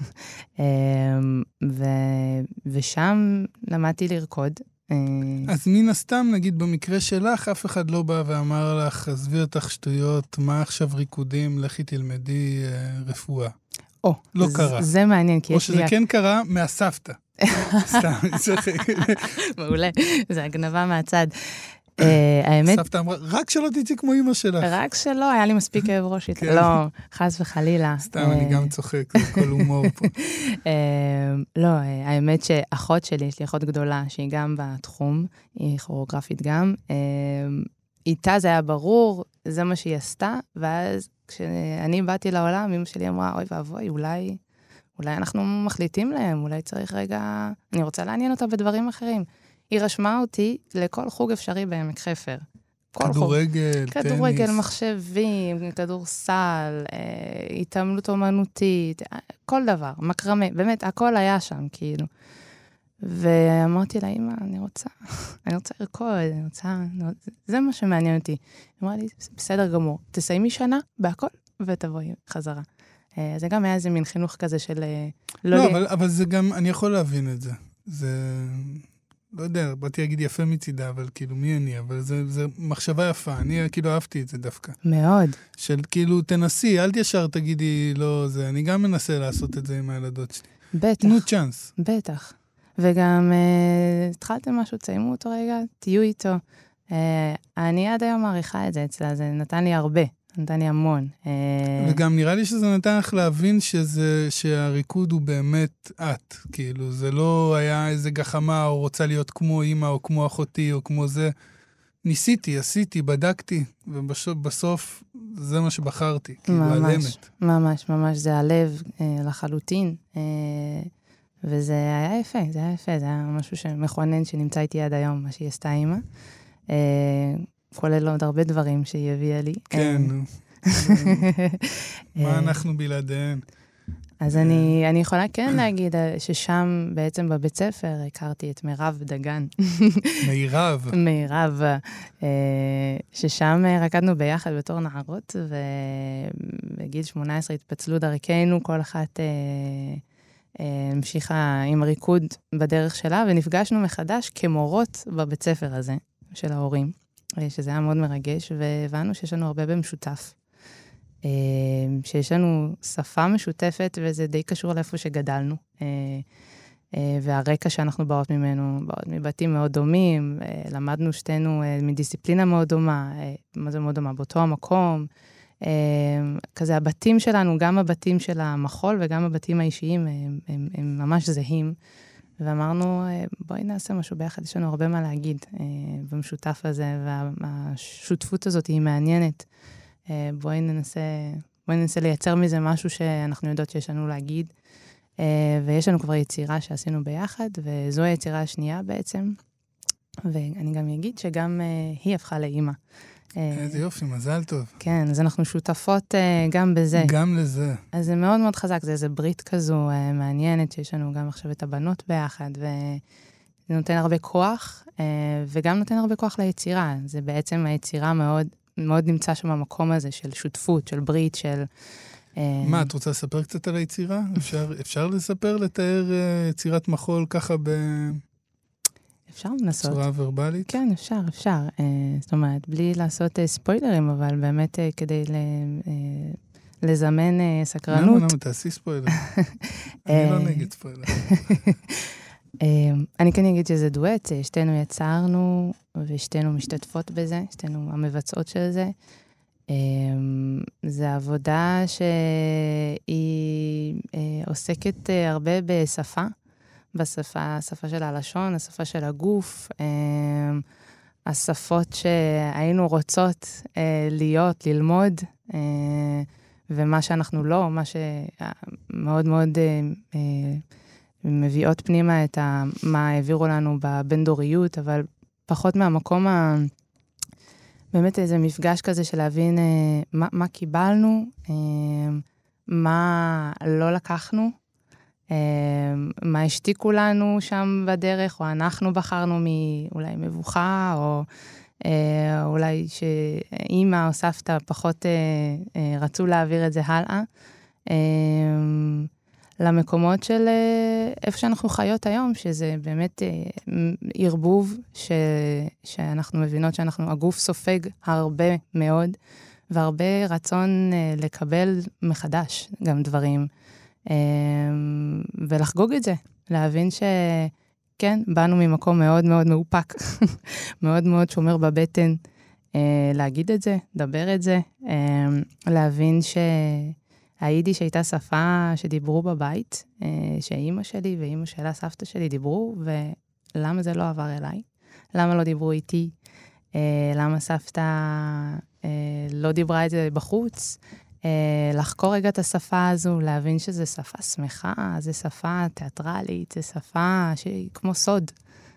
ו, ושם למדתי לרקוד. אז מן הסתם, נגיד, במקרה שלך, אף אחד לא בא ואמר לך, עזבי אותך שטויות, מה עכשיו ריקודים, לכי תלמדי רפואה. או, לא זה, קרה. זה מעניין, כי או יש לי... או שזה כן קרה מהסבתא. סתם, אני צוחק. מעולה, זה הגנבה מהצד. האמת... סבתא אמרה, רק שלא תצאי כמו אמא שלך. רק שלא, היה לי מספיק כאב ראש איתה. לא, חס וחלילה. סתם, אני גם צוחק, זה כל הומור פה. לא, האמת שאחות שלי, יש לי אחות גדולה, שהיא גם בתחום, היא כוריאוגרפית גם, איתה זה היה ברור, זה מה שהיא עשתה, ואז כשאני באתי לעולם, אמא שלי אמרה, אוי ואבוי, אולי... אולי אנחנו מחליטים להם, אולי צריך רגע... אני רוצה לעניין אותה בדברים אחרים. היא רשמה אותי לכל חוג אפשרי בעמק חפר. כדורגל, טניס. כדורגל, מחשבים, כדורסל, אה, התעמלות אומנותית, כל דבר, מקרמה, באמת, הכל היה שם, כאילו. ואמרתי לה, אמא, אני רוצה, אני רוצה לרקוד, אני רוצה... זה מה שמעניין אותי. היא אמרה לי, בסדר גמור, תסיימי שנה בהכל, ותבואי חזרה. זה גם היה איזה מין חינוך כזה של... לא, אבל, אבל זה גם, אני יכול להבין את זה. זה, לא יודע, באתי להגיד יפה מצידה, אבל כאילו, מי אני? אבל זה, זה מחשבה יפה. אני כאילו אהבתי את זה דווקא. מאוד. של כאילו, תנסי, אל ישר תגידי, לא, זה, אני גם מנסה לעשות את זה עם הילדות שלי. בטח. תנו צ'אנס. בטח. וגם, uh, התחלתם משהו, תסיימו אותו רגע, תהיו איתו. Uh, אני עד היום מעריכה את זה אצלה, זה נתן לי הרבה. נתן לי המון. וגם נראה לי שזה נתן לך להבין שזה, שהריקוד הוא באמת את. כאילו, זה לא היה איזה גחמה, או רוצה להיות כמו אמא, או כמו אחותי, או כמו זה. ניסיתי, עשיתי, בדקתי, ובסוף זה מה שבחרתי, כאילו, הלמת. ממש, ממש, זה הלב לחלוטין. וזה היה יפה, זה היה יפה, זה היה משהו שמכונן שנמצא איתי עד היום, מה שהיא עשתה אימא. כולל עוד הרבה דברים שהיא הביאה לי. כן, מה אנחנו בלעדיהן? אז אני, אני יכולה כן להגיד ששם בעצם בבית ספר הכרתי את מירב דגן. מירב. מירב, ששם רקדנו ביחד בתור נערות, ובגיל שמונה עשרה התפצלו דרכנו, כל אחת המשיכה עם ריקוד בדרך שלה, ונפגשנו מחדש כמורות בבית ספר הזה של ההורים, שזה היה מאוד מרגש, והבנו שיש לנו הרבה במשותף. שיש לנו שפה משותפת, וזה די קשור לאיפה שגדלנו. והרקע שאנחנו באות ממנו, באות מבתים מאוד דומים, למדנו שתינו מדיסציפלינה מאוד דומה, מה זה מאוד דומה? באותו המקום. כזה הבתים שלנו, גם הבתים של המחול וגם הבתים האישיים, הם, הם, הם ממש זהים. ואמרנו, בואי נעשה משהו ביחד, יש לנו הרבה מה להגיד במשותף הזה, והשותפות הזאת היא מעניינת. בואי ננסה, בואי ננסה לייצר מזה משהו שאנחנו יודעות שיש לנו להגיד, ויש לנו כבר יצירה שעשינו ביחד, וזו היצירה השנייה בעצם, ואני גם אגיד שגם היא הפכה לאימא. איזה יופי, מזל טוב. כן, אז אנחנו שותפות גם בזה. גם לזה. אז זה מאוד מאוד חזק, זה איזה ברית כזו מעניינת, שיש לנו גם עכשיו את הבנות ביחד, וזה נותן הרבה כוח, וגם נותן הרבה כוח ליצירה. זה בעצם היצירה מאוד... מאוד נמצא שם המקום הזה של שותפות, של ברית, של... מה, את רוצה לספר קצת על היצירה? אפשר, אפשר לספר, לתאר יצירת מחול ככה ב... אפשר לנסות. צורה ורבלית? כן, אפשר, אפשר. זאת אומרת, בלי לעשות ספוילרים, אבל באמת כדי לזמן סקרנות. למה, למה, תעשי ספוילר. אני לא נגד ספוילר. אני כן אגיד שזה דואט, שתינו יצרנו ושתינו משתתפות בזה, שתינו המבצעות של זה. זו עבודה שהיא עוסקת הרבה בשפה, בשפה, השפה של הלשון, השפה של הגוף, השפות שהיינו רוצות להיות, ללמוד, ומה שאנחנו לא, מה שמאוד מאוד... מביאות פנימה את ה, מה העבירו לנו בבין-דוריות, אבל פחות מהמקום ה... באמת איזה מפגש כזה של להבין אה, מה, מה קיבלנו, אה, מה לא לקחנו, אה, מה השתיקו לנו שם בדרך, או אנחנו בחרנו מאולי מבוכה, או אה, אולי שאימא או סבתא פחות אה, אה, רצו להעביר את זה הלאה. אה, למקומות של איפה שאנחנו חיות היום, שזה באמת ערבוב, ש... שאנחנו מבינות שאנחנו, הגוף סופג הרבה מאוד, והרבה רצון לקבל מחדש גם דברים, ולחגוג את זה, להבין שכן, באנו ממקום מאוד מאוד מאופק, מאוד מאוד שומר בבטן, להגיד את זה, לדבר את זה, להבין ש... היידיש הייתה שפה שדיברו בבית, שאימא שלי ואימא שלה, סבתא שלי, דיברו, ולמה זה לא עבר אליי? למה לא דיברו איתי? למה סבתא לא דיברה את זה בחוץ? לחקור רגע את השפה הזו, להבין שזו שפה שמחה, זו שפה תיאטרלית, זו שפה שהיא כמו סוד.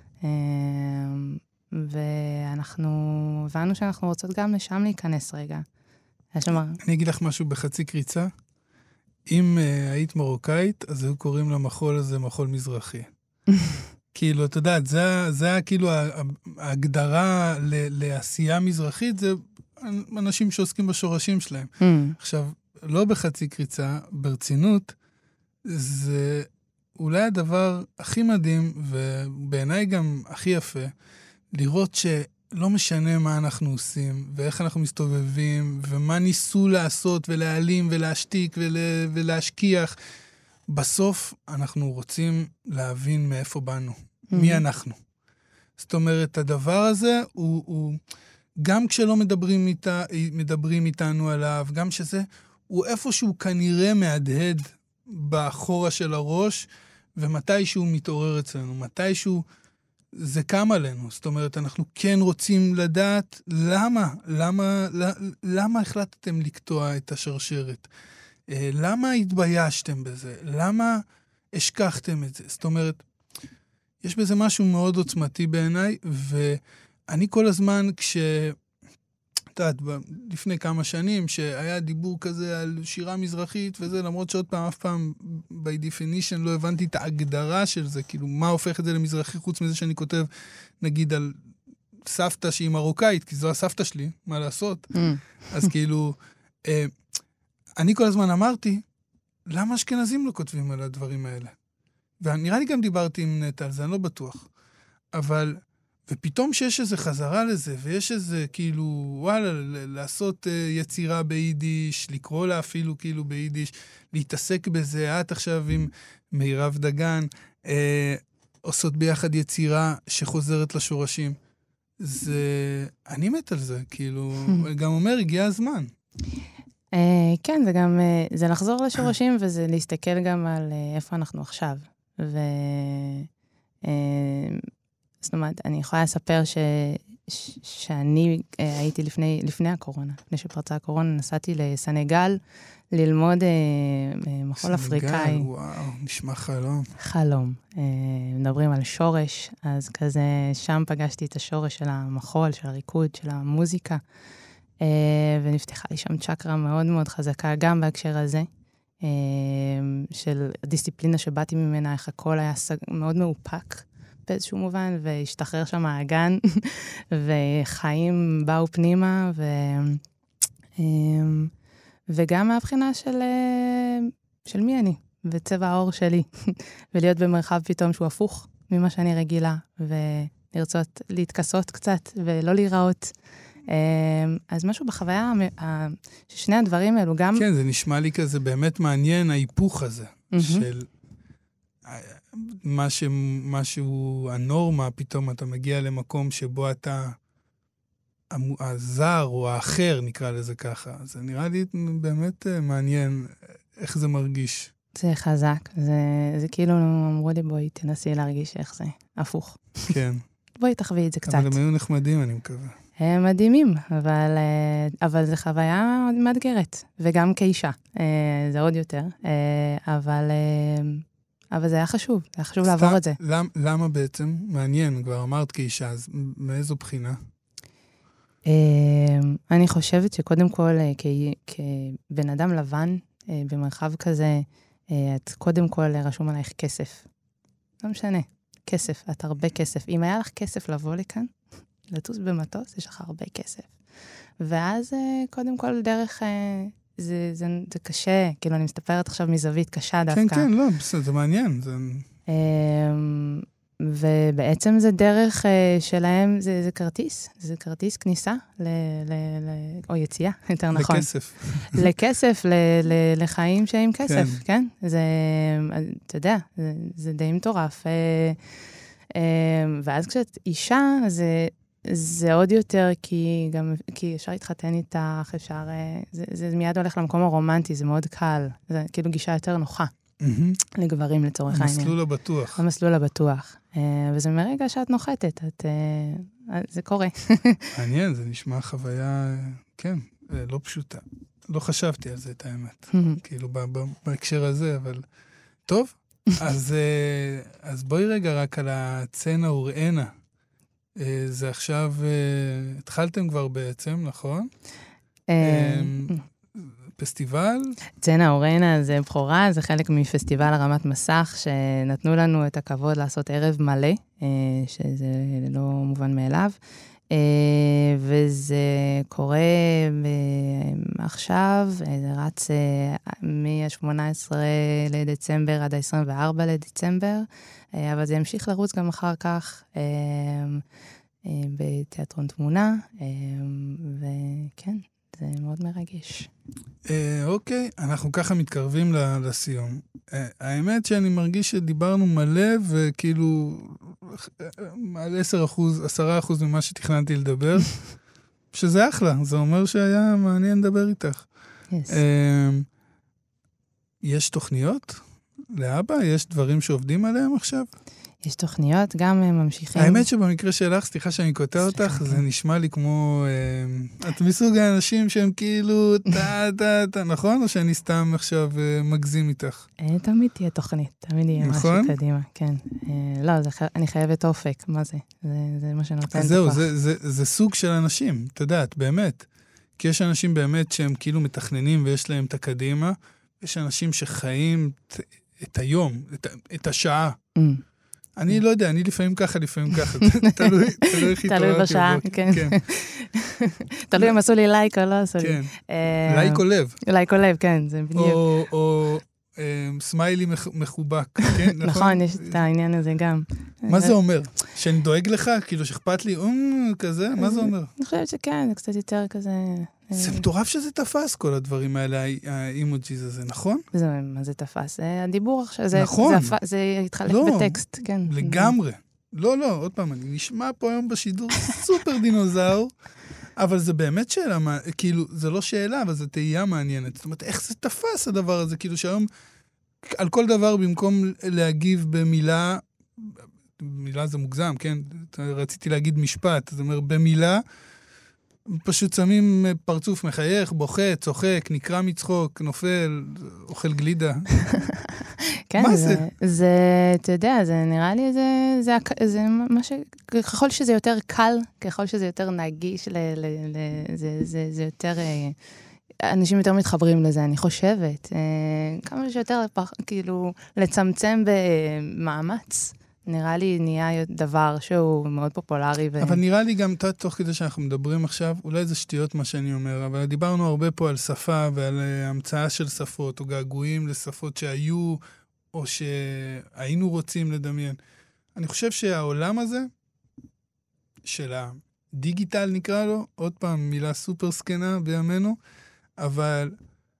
ואנחנו הבנו שאנחנו רוצות גם לשם להיכנס רגע. אני אגיד לך משהו בחצי קריצה. אם uh, היית מרוקאית, אז היו קוראים למחול הזה מחול מזרחי. כאילו, אתה יודעת, זה, זה כאילו ההגדרה ל- לעשייה מזרחית, זה אנשים שעוסקים בשורשים שלהם. Mm. עכשיו, לא בחצי קריצה, ברצינות, זה אולי הדבר הכי מדהים, ובעיניי גם הכי יפה, לראות ש... לא משנה מה אנחנו עושים, ואיך אנחנו מסתובבים, ומה ניסו לעשות, ולהעלים, ולהשתיק, ול, ולהשכיח. בסוף אנחנו רוצים להבין מאיפה באנו, mm-hmm. מי אנחנו. זאת אומרת, הדבר הזה הוא, הוא גם כשלא מדברים, איתה, מדברים איתנו עליו, גם שזה, הוא איפשהו כנראה מהדהד באחורה של הראש, ומתישהו מתעורר אצלנו, מתישהו זה קם עלינו. זאת אומרת, אנחנו כן רוצים לדעת למה, למה, למה החלטתם לקטוע את השרשרת? למה התביישתם בזה? למה השכחתם את זה? זאת אומרת, יש בזה משהו מאוד עוצמתי בעיניי, ואני כל הזמן כש... את יודעת, לפני כמה שנים, שהיה דיבור כזה על שירה מזרחית וזה, למרות שעוד פעם, אף פעם, by definition, לא הבנתי את ההגדרה של זה, כאילו, מה הופך את זה למזרחי, חוץ מזה שאני כותב, נגיד, על סבתא שהיא מרוקאית, כי זו הסבתא שלי, מה לעשות? Mm. אז כאילו, אה, אני כל הזמן אמרתי, למה אשכנזים לא כותבים על הדברים האלה? ונראה לי גם דיברתי עם נטע על זה, אני לא בטוח. אבל... ופתאום שיש איזו חזרה לזה, ויש איזה כאילו, וואלה, לעשות uh, יצירה ביידיש, לקרוא לה אפילו כאילו ביידיש, להתעסק בזה, את עכשיו עם מירב דגן, uh, עושות ביחד יצירה שחוזרת לשורשים. זה, אני מת על זה, כאילו, גם אומר, הגיע הזמן. Uh, כן, זה גם, uh, זה לחזור לשורשים, וזה להסתכל גם על uh, איפה אנחנו עכשיו. ו... Uh, זאת אומרת, אני יכולה לספר ש, ש, שאני אה, הייתי לפני, לפני הקורונה, לפני שפרצה הקורונה, נסעתי לסנגל ללמוד אה, אה, מחול אפריקאי. סנגל, וואו, נשמע חלום. חלום. אה, מדברים על שורש, אז כזה, שם פגשתי את השורש של המחול, של הריקוד, של המוזיקה, אה, ונפתחה לי שם צ'קרה מאוד מאוד חזקה, גם בהקשר הזה, אה, של הדיסציפלינה שבאתי ממנה, איך הכל היה סג... מאוד מאופק, באיזשהו מובן, והשתחרר שם האגן, וחיים באו פנימה, ו... וגם מהבחינה של, של מי אני, וצבע העור שלי, ולהיות במרחב פתאום שהוא הפוך ממה שאני רגילה, ולרצות להתכסות קצת, ולא להיראות. אז משהו בחוויה, ששני הדברים האלו גם... כן, זה נשמע לי כזה באמת מעניין, ההיפוך הזה, של... מה ש... משהו, הנורמה, פתאום אתה מגיע למקום שבו אתה הזר או האחר, נקרא לזה ככה. זה נראה לי באמת מעניין איך זה מרגיש. זה חזק. זה, זה כאילו אמרו לי, בואי תנסי להרגיש איך זה הפוך. כן. בואי תחווי את זה קצת. אבל הם היו נחמדים, אני מקווה. הם מדהימים, אבל, אבל זה חוויה מאתגרת, וגם כאישה. זה עוד יותר. אבל... אבל זה היה חשוב, זה היה חשוב סתם, לעבור את זה. למ, למה בעצם? מעניין, כבר אמרת כאישה, אז מאיזו בחינה? אני חושבת שקודם כל, כבן אדם לבן, במרחב כזה, את קודם כל רשום עלייך כסף. לא משנה, כסף, את הרבה כסף. אם היה לך כסף לבוא לכאן, לטוס במטוס, יש לך הרבה כסף. ואז קודם כל דרך... זה, זה, זה קשה, כאילו אני מסתפרת עכשיו מזווית קשה דווקא. כן, כן, לא, בסדר, זה מעניין. זה... ובעצם זה דרך שלהם, זה, זה כרטיס, זה כרטיס כניסה, ל, ל, ל, או יציאה, יותר נכון. לכסף. לכסף, ל, ל, לחיים שהם כסף, כן? כן? זה, אתה יודע, זה, זה די מטורף. ואז כשאת אישה, זה... זה עוד יותר, כי גם, כי אפשר להתחתן איתך, אפשר, זה, זה מיד הולך למקום הרומנטי, זה מאוד קל, זה כאילו גישה יותר נוחה, mm-hmm. לגברים לצורך העניין. המסלול הבטוח. המסלול הבטוח. וזה מרגע שאת נוחתת, את, זה קורה. מעניין, זה נשמע חוויה, כן, לא פשוטה. לא חשבתי על זה, את האמת. כאילו, בהקשר הזה, אבל טוב. אז, אז בואי רגע רק על הצנע וראנה. זה עכשיו, התחלתם כבר בעצם, נכון? פסטיבל? צנע אורנה זה בחורה, זה חלק מפסטיבל הרמת מסך, שנתנו לנו את הכבוד לעשות ערב מלא, שזה לא מובן מאליו, וזה קורה עכשיו, זה רץ מ-שמונה עשרה לדצמבר עד ה-עשרים וארבעה לדצמבר, אבל זה ימשיך לרוץ גם אחר כך בתיאטרון תמונה, וכן, זה מאוד מרגש. אוקיי, אנחנו ככה מתקרבים לסיום. האמת שאני מרגיש שדיברנו מלא, וכאילו על עשרה אחוז, עשרה אחוז ממה שתכננתי לדבר, שזה אחלה, זה אומר שהיה מעניין לדבר איתך. Yes. יש תוכניות לאבא? יש דברים שעובדים עליהם עכשיו? יש תוכניות, גם ממשיכים. האמת שבמקרה שלך, סליחה שאני קוטע אותך, זה נשמע לי כמו... את מסוג האנשים שהם כאילו, טה, טה, טה, נכון? או שאני סתם עכשיו מגזים איתך? תמיד תהיה תוכנית, תמיד יהיה משהו קדימה, כן. לא, אני חייבת אופק, מה זה? זה מה שנותן את הכוח. זהו, זה סוג של אנשים, אתה יודעת, באמת. כי יש אנשים באמת שהם כאילו מתכננים ויש להם את הקדימה, יש אנשים שחיים את היום, את השעה. אני לא יודע, אני לפעמים ככה, לפעמים ככה. תלוי איך התעוררתי. תלוי בשעה, כן. תלוי אם עשו לי לייק או לא עשו לי. כן. לייק או לב. לייק או לב, כן, זה בדיוק. או סמיילי מחובק, כן? נכון, יש את העניין הזה גם. מה זה אומר? שאני דואג לך? כאילו שאכפת לי, כזה? מה זה אומר? אני חושבת שכן, זה קצת יותר כזה... זה מטורף שזה תפס כל הדברים האלה, האימוג'יז הזה, נכון? זה, מה זה תפס? זה הדיבור עכשיו, נכון. זה התחלק בטקסט, כן. לגמרי. לא, לא, עוד פעם, אני נשמע פה היום בשידור סופר דינוזאור, אבל זה באמת שאלה, כאילו, זה לא שאלה, אבל זה תהייה מעניינת. זאת אומרת, איך זה תפס הדבר הזה? כאילו שהיום, על כל דבר, במקום להגיב במילה, מילה זה מוגזם, כן? רציתי להגיד משפט, זאת אומרת, במילה, פשוט שמים פרצוף מחייך, בוכה, צוחק, נקרא מצחוק, נופל, אוכל גלידה. כן, מה זה? זה, אתה יודע, זה נראה לי, זה, זה, זה מה ש... ככל שזה יותר קל, ככל שזה יותר נגיש, ל, ל, ל, זה, זה, זה יותר... אנשים יותר מתחברים לזה, אני חושבת. כמה שיותר, כאילו, לצמצם במאמץ. נראה לי נהיה דבר שהוא מאוד פופולרי. ו... אבל נראה לי גם, תוך כדי שאנחנו מדברים עכשיו, אולי זה שטויות מה שאני אומר, אבל דיברנו הרבה פה על שפה ועל המצאה של שפות, או געגועים לשפות שהיו, או שהיינו רוצים לדמיין. אני חושב שהעולם הזה, של הדיגיטל נקרא לו, עוד פעם מילה סופר סקנה בימינו, אבל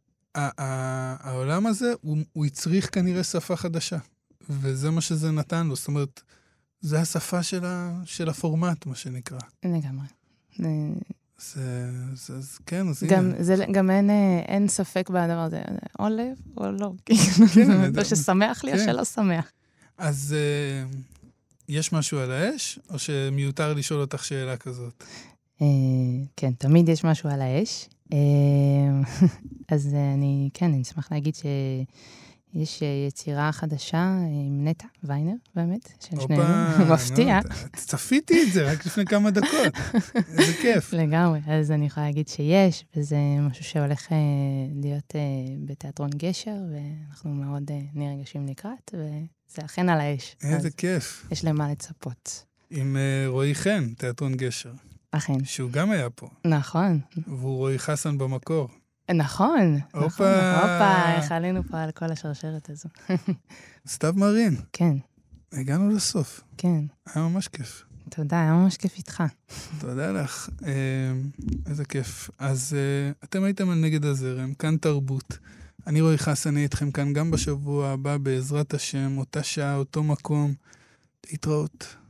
העולם הזה, הוא, הוא יצריך כנראה שפה חדשה. וזה מה שזה נתן לו, זאת אומרת, זה השפה של, ה, של הפורמט, מה שנקרא. לגמרי. זה, זה, זה כן, אז גם, הנה. זה, גם אין, אין ספק בדבר הזה, או לב או לא. כן, או ששמח לי, כן. או שלא שמח. אז uh, יש משהו על האש, או שמיותר לשאול אותך שאלה כזאת? Uh, כן, תמיד יש משהו על האש. Uh, אז uh, אני, כן, אני אשמח להגיד ש... יש יצירה חדשה עם נטע ויינר, באמת, של שנינו, מפתיע. צפיתי את זה רק לפני כמה דקות, איזה כיף. לגמרי, אז אני יכולה להגיד שיש, וזה משהו שהולך להיות בתיאטרון גשר, ואנחנו מאוד נרגשים לקראת, וזה אכן על האש. איזה כיף. יש למה לצפות. עם רועי חן, תיאטרון גשר. אכן. שהוא גם היה פה. נכון. והוא רועי חסן במקור. נכון, נכון, הופה, איך עלינו פה על כל השרשרת הזו. סתיו מרין. כן. הגענו לסוף. כן. היה ממש כיף. תודה, היה ממש כיף איתך. תודה לך, איזה כיף. אז אתם הייתם על נגד הזרם, כאן תרבות. אני רועי חסן, אני איתכם כאן גם בשבוע הבא, בעזרת השם, אותה שעה, אותו מקום. להתראות.